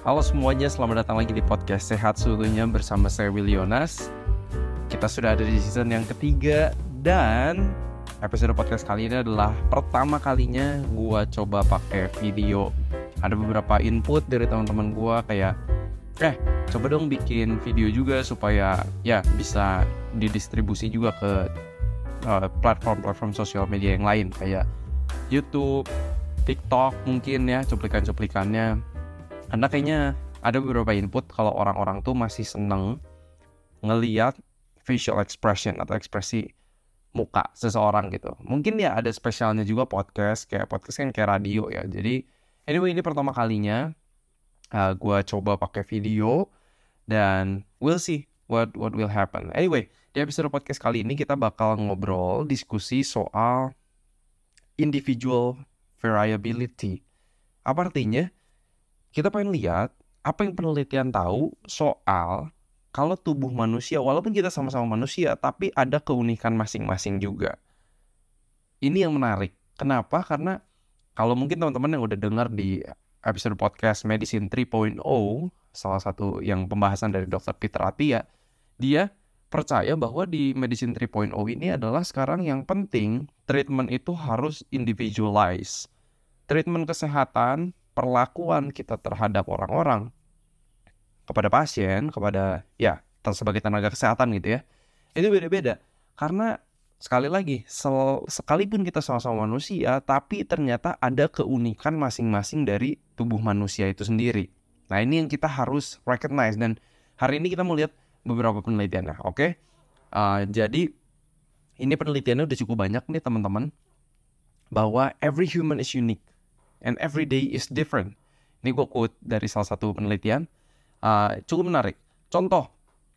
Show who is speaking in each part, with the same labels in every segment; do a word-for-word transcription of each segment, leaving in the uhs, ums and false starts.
Speaker 1: Halo semuanya, selamat datang lagi di podcast Sehat Seutuhnya bersama saya Willy Yonas. Kita sudah ada di season yang ketiga dan episode podcast kali ini adalah pertama kalinya gue coba pakai video. Ada beberapa input dari teman-teman gue kayak, eh coba dong bikin video juga supaya ya bisa didistribusi juga ke uh, platform-platform sosial media yang lain kayak YouTube, TikTok mungkin ya, cuplikan-cuplikannya. Karena kayaknya ada beberapa input kalau orang-orang tuh masih seneng ngeliat facial expression atau ekspresi muka seseorang gitu. Mungkin ya ada spesialnya juga podcast, kayak podcast kan kayak radio ya. Jadi anyway, ini pertama kalinya uh, gue coba pakai video dan we'll see what what will happen. Anyway, di episode podcast kali ini kita bakal ngobrol diskusi soal individual variability. Apa artinya? Kita pengen lihat apa yang penelitian tahu soal kalau tubuh manusia, walaupun kita sama-sama manusia, tapi ada keunikan masing-masing juga. Ini yang menarik. Kenapa? Karena kalau mungkin teman-teman yang udah dengar di episode podcast Medicine tiga titik nol, salah satu yang pembahasan dari dokter Peter Attia, dia percaya bahwa di Medicine tiga titik nol ini adalah sekarang yang penting treatment itu harus individualized. Treatment kesehatan, perlakuan kita terhadap orang-orang, kepada pasien, kepada ya sebagai tenaga kesehatan gitu ya, itu beda-beda. Karena sekali lagi, sel, sekalipun kita sama-sama manusia, tapi ternyata ada keunikan masing-masing dari tubuh manusia itu sendiri. Nah ini yang kita harus recognize, dan hari ini kita mau lihat beberapa penelitiannya, oke? Okay? Uh, jadi ini penelitiannya udah cukup banyak nih teman-teman, bahwa every human is unique and every day is different. Ini gue quote dari salah satu penelitian, uh, cukup menarik. Contoh,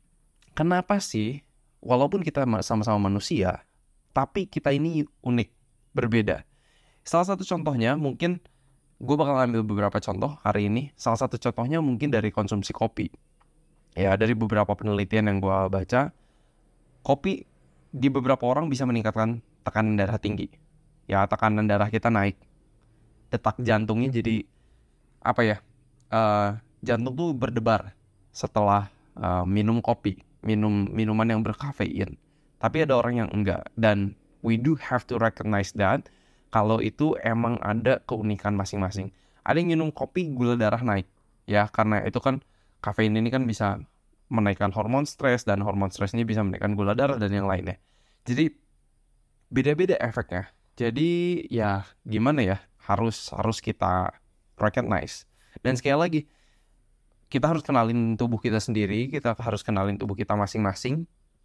Speaker 1: kenapa sih walaupun kita sama-sama manusia, tapi kita ini unik, berbeda? Salah satu contohnya mungkin, gue bakal ambil beberapa contoh hari ini. Salah satu contohnya mungkin dari konsumsi kopi. Ya, dari beberapa penelitian yang gue baca, kopi di beberapa orang bisa meningkatkan tekanan darah tinggi. Ya, tekanan darah kita naik. Detak jantungnya jadi apa ya, uh, jantung tuh berdebar setelah uh, minum kopi, minum minuman yang berkafein. Tapi ada orang yang enggak, dan we do have to recognize that kalau itu emang ada keunikan masing-masing. Ada yang minum kopi gula darah naik ya, karena itu kan kafein ini kan bisa menaikkan hormon stres, dan hormon stres ini bisa menaikkan gula darah dan yang lainnya. Jadi beda-beda efeknya. Jadi ya gimana ya, harus harus kita recognize. Dan sekali lagi, kita harus kenalin tubuh kita sendiri, kita harus kenalin tubuh kita masing-masing.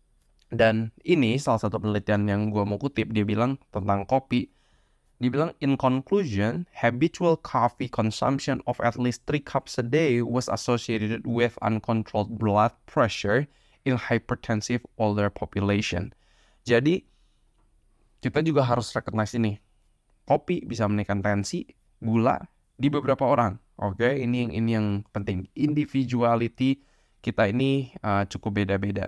Speaker 1: Dan ini salah satu penelitian yang gue mau kutip, dia bilang tentang kopi. Dia bilang, in conclusion, habitual coffee consumption of at least three cups a day was associated with uncontrolled blood pressure in hypertensive older population. Jadi kita juga harus recognize ini. Kopi bisa menaikkan tensi, gula di beberapa orang. Oke, okay? ini yang ini yang penting. Individuality kita ini uh, cukup beda-beda.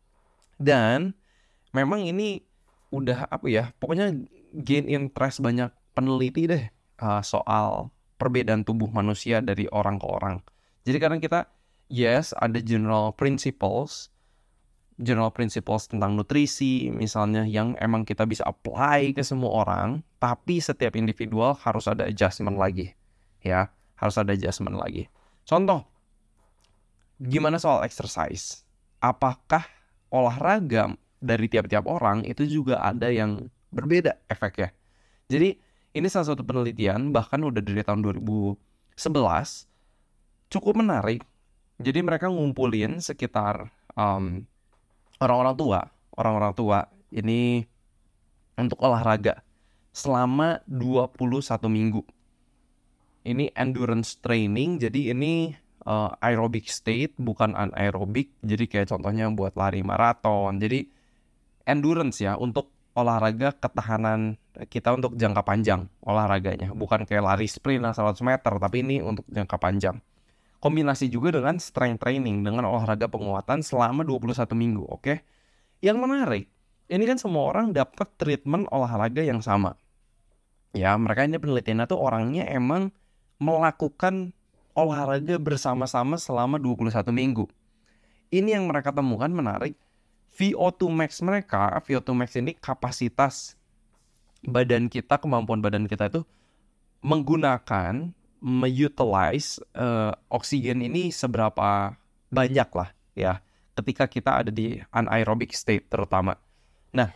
Speaker 1: Dan memang ini udah apa ya? Pokoknya gain interest banyak peneliti deh uh, soal perbedaan tubuh manusia dari orang ke orang. Jadi kadang kita yes ada general principles. General principles tentang nutrisi misalnya yang emang kita bisa apply ke semua orang, tapi setiap individual harus ada adjustment lagi ya, harus ada adjustment lagi. Contoh, gimana soal exercise? Apakah olahraga dari tiap-tiap orang itu juga ada yang berbeda efeknya? Jadi ini salah satu penelitian, bahkan udah dari tahun dua ribu sebelas, cukup menarik. Jadi mereka ngumpulin sekitar um, orang-orang tua, orang-orang tua ini untuk olahraga selama dua puluh satu minggu. Ini endurance training, jadi ini uh, aerobic state, bukan anaerobic. Jadi kayak contohnya buat lari maraton. Jadi endurance ya, untuk olahraga ketahanan kita untuk jangka panjang olahraganya. Bukan kayak lari sprint seratus meter, tapi ini untuk jangka panjang. Kombinasi juga dengan strength training, dengan olahraga penguatan selama dua puluh satu minggu, oke? Okay? Yang menarik, ini kan semua orang dapat treatment olahraga yang sama. Ya, mereka ini penelitiannya tuh orangnya emang melakukan olahraga bersama-sama selama dua puluh satu minggu. Ini yang mereka temukan menarik. V O two max mereka, V O two max ini kapasitas badan kita, kemampuan badan kita itu menggunakan, me-utilize uh, oksigen ini seberapa banyak lah ya, ketika kita ada di anaerobic state terutama. Nah,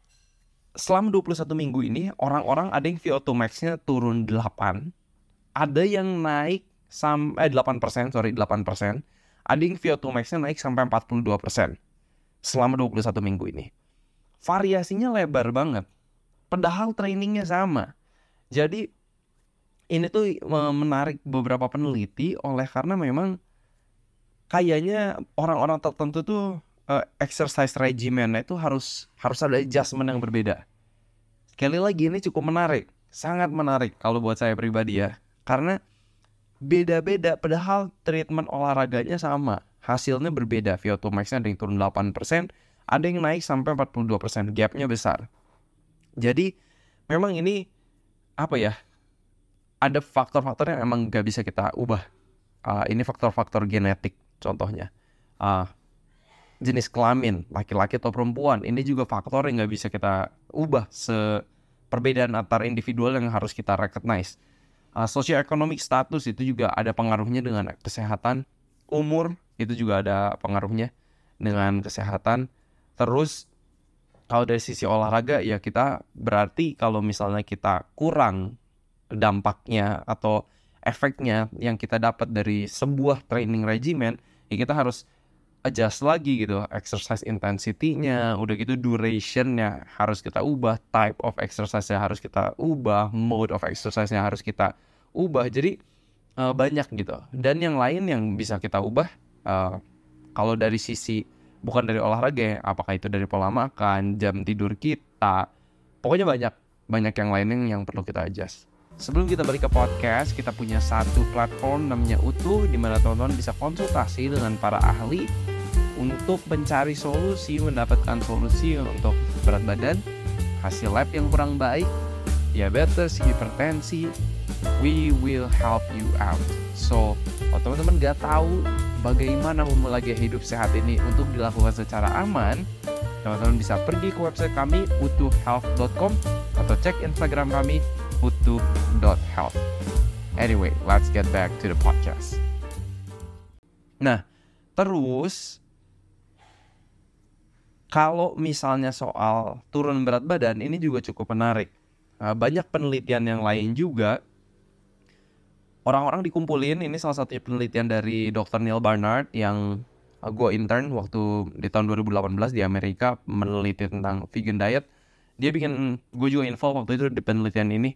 Speaker 1: selama dua puluh satu minggu ini, orang-orang ada yang V O two max-nya turun delapan, ada yang naik sampai eh, delapan persen, sorry delapan persen, ada yang V O two max-nya naik sampai empat puluh dua persen selama dua puluh satu minggu ini. Variasinya lebar banget, padahal trainingnya sama. Jadi ini tuh menarik beberapa peneliti oleh karena memang kayaknya orang-orang tertentu tuh uh, exercise regimen itu harus harus ada adjustment yang berbeda. Sekali lagi ini cukup menarik, sangat menarik kalau buat saya pribadi ya, karena beda-beda padahal treatment olahraganya sama, hasilnya berbeda. V O two max-nya ada yang turun delapan persen, ada yang naik sampai empat puluh dua persen, gapnya besar. Jadi memang ini apa ya, ada faktor-faktor yang emang gak bisa kita ubah. Uh, ini faktor-faktor genetik contohnya. Uh, jenis kelamin, laki-laki atau perempuan, ini juga faktor yang gak bisa kita ubah. Se perbedaan antar individual yang harus kita recognize. Uh, Socioeconomic status itu juga ada pengaruhnya dengan kesehatan. Umur itu juga ada pengaruhnya dengan kesehatan. Terus kalau dari sisi olahraga ya kita berarti kalau misalnya kita kurang dampaknya atau efeknya yang kita dapat dari sebuah training regimen, ya kita harus adjust lagi gitu, exercise intensity-nya, udah gitu duration-nya harus kita ubah, type of exercise-nya harus kita ubah, mode of exercise-nya harus kita ubah. Jadi uh, banyak gitu. Dan yang lain yang bisa kita ubah, uh, kalau dari sisi bukan dari olahraga ya, apakah itu dari pola makan, jam tidur kita, pokoknya banyak banyak yang lainnya yang perlu kita adjust. Sebelum kita balik ke podcast, kita punya satu platform namanya Utuh, di mana teman-teman bisa konsultasi dengan para ahli untuk mencari solusi, mendapatkan solusi untuk berat badan, hasil lab yang kurang baik, diabetes, hipertensi. We will help you out. So, kalau teman-teman gak tahu bagaimana memulai gaya hidup sehat ini untuk dilakukan secara aman, teman-teman bisa pergi ke website kami utuh health dot com atau cek Instagram kami utuh dot health. Anyway, let's get back to the podcast. Nah, terus kalau misalnya soal turun berat badan, ini juga cukup menarik. Banyak penelitian yang lain juga. Orang-orang dikumpulin, ini salah satu penelitian dari dokter Neil Barnard yang gue intern waktu di tahun dua ribu delapan belas di Amerika meneliti tentang vegan diet. Dia bikin, gue juga info waktu itu di penelitian ini.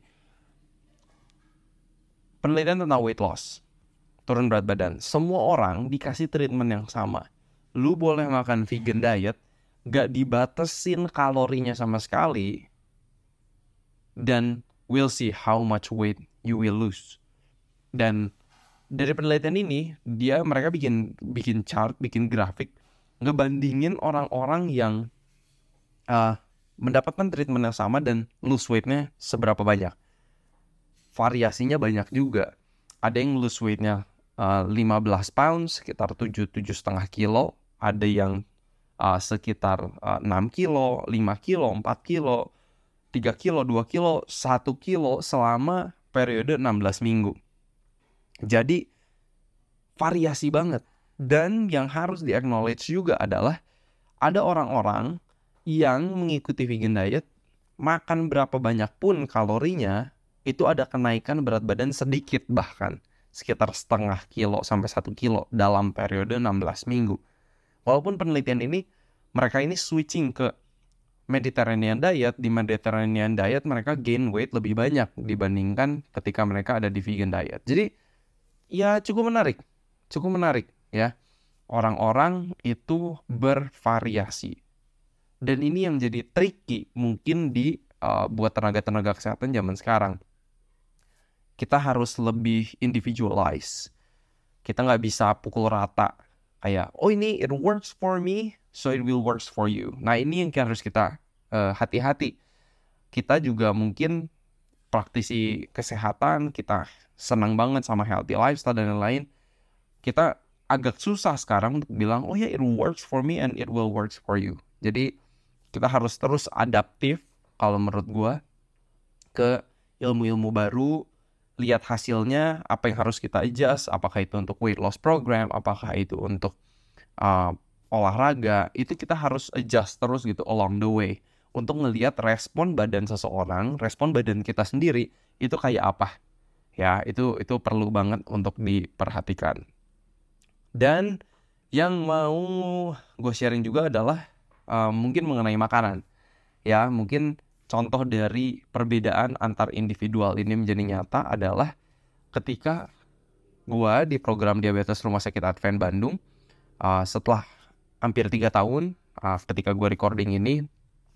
Speaker 1: Penelitian tentang weight loss, turun berat badan. Semua orang dikasih treatment yang sama. Lu boleh makan vegan diet, gak dibatasin kalorinya sama sekali, dan we'll see how much weight you will lose. Dan dari penelitian ini, dia mereka bikin bikin chart, bikin grafik, ngebandingin orang-orang yang uh, mendapatkan treatment yang sama dan lose weight-nya seberapa banyak. Variasinya banyak juga. Ada yang lose weight-nya uh, lima belas pounds, sekitar tujuh tujuh koma lima kilo. Ada yang uh, sekitar uh, enam kilo, lima kilo, empat kilo, tiga kilo, dua kilo, satu kilo selama periode enam belas minggu. Jadi variasi banget. Dan yang harus di-acknowledge juga adalah ada orang-orang yang mengikuti vegan diet, makan berapa banyak pun kalorinya, itu ada kenaikan berat badan sedikit, bahkan sekitar setengah kilo sampai satu kilo dalam periode enam belas minggu. Walaupun penelitian ini, mereka ini switching ke Mediterranean diet. Di Mediterranean diet mereka gain weight lebih banyak dibandingkan ketika mereka ada di vegan diet. Jadi ya cukup menarik, cukup menarik ya. Orang-orang itu bervariasi. Dan ini yang jadi tricky mungkin di uh, buat tenaga-tenaga kesehatan zaman sekarang. Kita harus lebih individualize. Kita nggak bisa pukul rata kayak, oh ini it works for me, so it will works for you. Nah ini yang harus kita uh, hati-hati. Kita juga mungkin praktisi kesehatan, kita senang banget sama healthy lifestyle dan lain-lain, kita agak susah sekarang untuk bilang, oh ya, it works for me and it will works for you. Jadi kita harus terus adaptif kalau menurut gue ke ilmu-ilmu baru, lihat hasilnya, apa yang harus kita adjust, apakah itu untuk weight loss program, apakah itu untuk uh, olahraga, itu kita harus adjust terus gitu along the way untuk ngelihat respon badan seseorang, respon badan kita sendiri itu kayak apa. Ya, itu itu perlu banget untuk diperhatikan. Dan yang mau gue sharing juga adalah uh, mungkin mengenai makanan. Ya, mungkin contoh dari perbedaan antar individual ini menjadi nyata adalah ketika gue di program diabetes Rumah Sakit Advent Bandung, uh, setelah hampir tiga tahun, uh, ketika gue recording ini,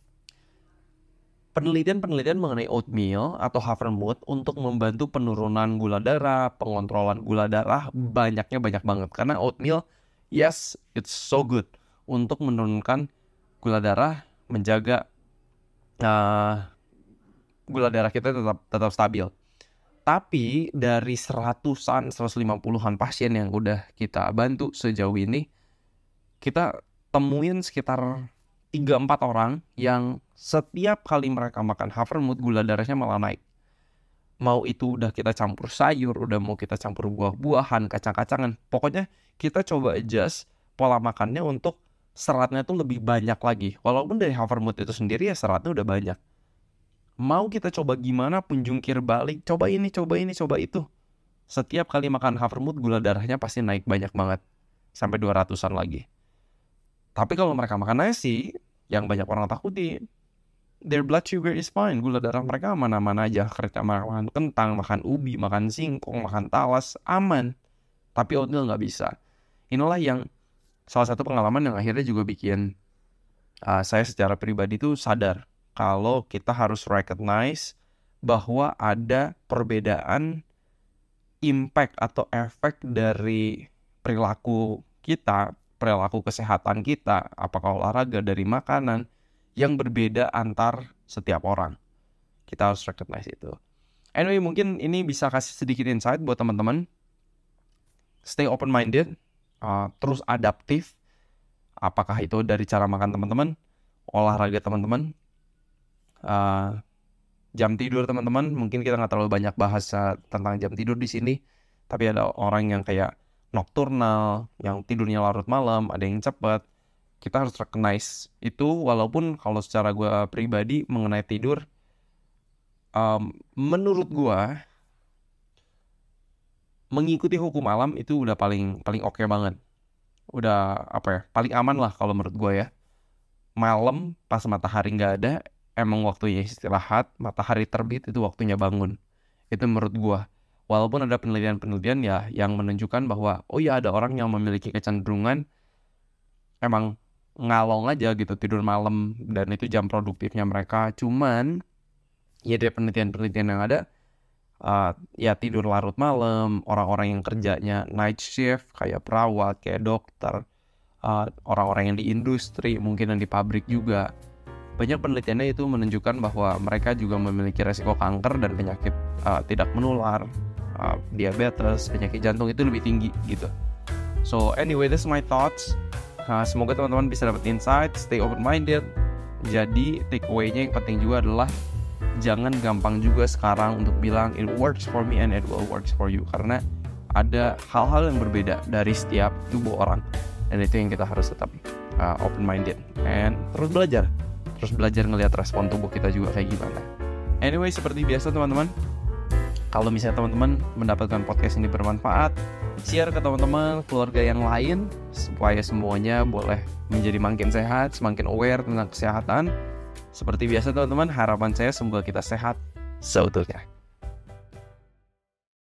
Speaker 1: penelitian-penelitian mengenai oatmeal atau havermut untuk membantu penurunan gula darah, pengontrolan gula darah, banyaknya banyak banget. Karena oatmeal, yes, it's so good untuk menurunkan gula darah, menjaga uh, gula darah kita tetap tetap stabil. Tapi dari seratusan, seratus lima puluhan pasien yang udah kita bantu sejauh ini, kita temuin sekitar tiga sampai empat orang yang setiap kali mereka makan havermut gula darahnya malah naik. Mau itu udah kita campur sayur, udah mau kita campur buah-buahan, kacang-kacangan. Pokoknya kita coba adjust pola makannya untuk seratnya tuh lebih banyak lagi. Walaupun dari havermut itu sendiri ya seratnya udah banyak. Mau kita coba gimana pun jungkir balik, coba ini, coba ini, coba itu. Setiap kali makan havermut gula darahnya pasti naik banyak banget. Sampai dua ratusan lagi. Tapi kalau mereka makan nasi, yang banyak orang takuti, their blood sugar is fine. Gula darah mereka mana-mana aja. Mereka makan kentang, makan ubi, makan singkong, makan talas, aman. Tapi oatmeal nggak bisa. Inilah yang salah satu pengalaman yang akhirnya juga bikin uh, saya secara pribadi tuh sadar kalau kita harus recognize bahwa ada perbedaan impact atau efek dari perilaku kita, perilaku kesehatan kita, apakah olahraga, dari makanan, yang berbeda antar setiap orang. Kita harus recognize itu. Anyway, mungkin ini bisa kasih sedikit insight buat teman-teman. Stay open-minded, uh, terus adaptif. Apakah itu dari cara makan teman-teman, olahraga teman-teman, uh, jam tidur teman-teman. Mungkin kita nggak terlalu banyak bahas uh, tentang jam tidur di sini, tapi ada orang yang kayak nokturnal, yang tidurnya larut malam, ada yang cepat. Kita harus recognize itu, walaupun kalau secara gue pribadi mengenai tidur, um, menurut gue mengikuti hukum alam itu udah paling paling oke okay banget. Udah apa ya, paling aman lah kalau menurut gue ya. Malam pas matahari nggak ada, emang waktunya istirahat. Matahari terbit itu waktunya bangun. Itu menurut gue. Walaupun ada penelitian-penelitian ya yang menunjukkan bahwa oh ya ada orang yang memiliki kecenderungan emang ngalong aja gitu tidur malam dan itu jam produktifnya mereka. Cuman ya dari penelitian-penelitian yang ada uh, ya tidur larut malam, orang-orang yang kerjanya night shift kayak perawat, kayak dokter, uh, orang-orang yang di industri, mungkin yang di pabrik juga. Banyak penelitiannya itu menunjukkan bahwa mereka juga memiliki resiko kanker dan penyakit uh, tidak menular. Uh, diabetes, penyakit jantung itu lebih tinggi gitu. So anyway, this is my thoughts. Uh, semoga teman-teman bisa dapat insight, stay open-minded. Jadi takeaway-nya yang penting juga adalah jangan gampang juga sekarang untuk bilang it works for me and it will works for you. Karena ada hal-hal yang berbeda dari setiap tubuh orang. Dan itu yang kita harus tetap uh, open-minded. And terus belajar. Terus belajar ngelihat respon tubuh kita juga kayak gimana. Anyway, seperti biasa teman-teman, kalau misalnya teman-teman mendapatkan podcast ini bermanfaat, share ke teman-teman, keluarga yang lain, supaya semuanya boleh menjadi makin sehat, semakin aware tentang kesehatan. Seperti biasa teman-teman, harapan saya semoga kita sehat seutuhnya.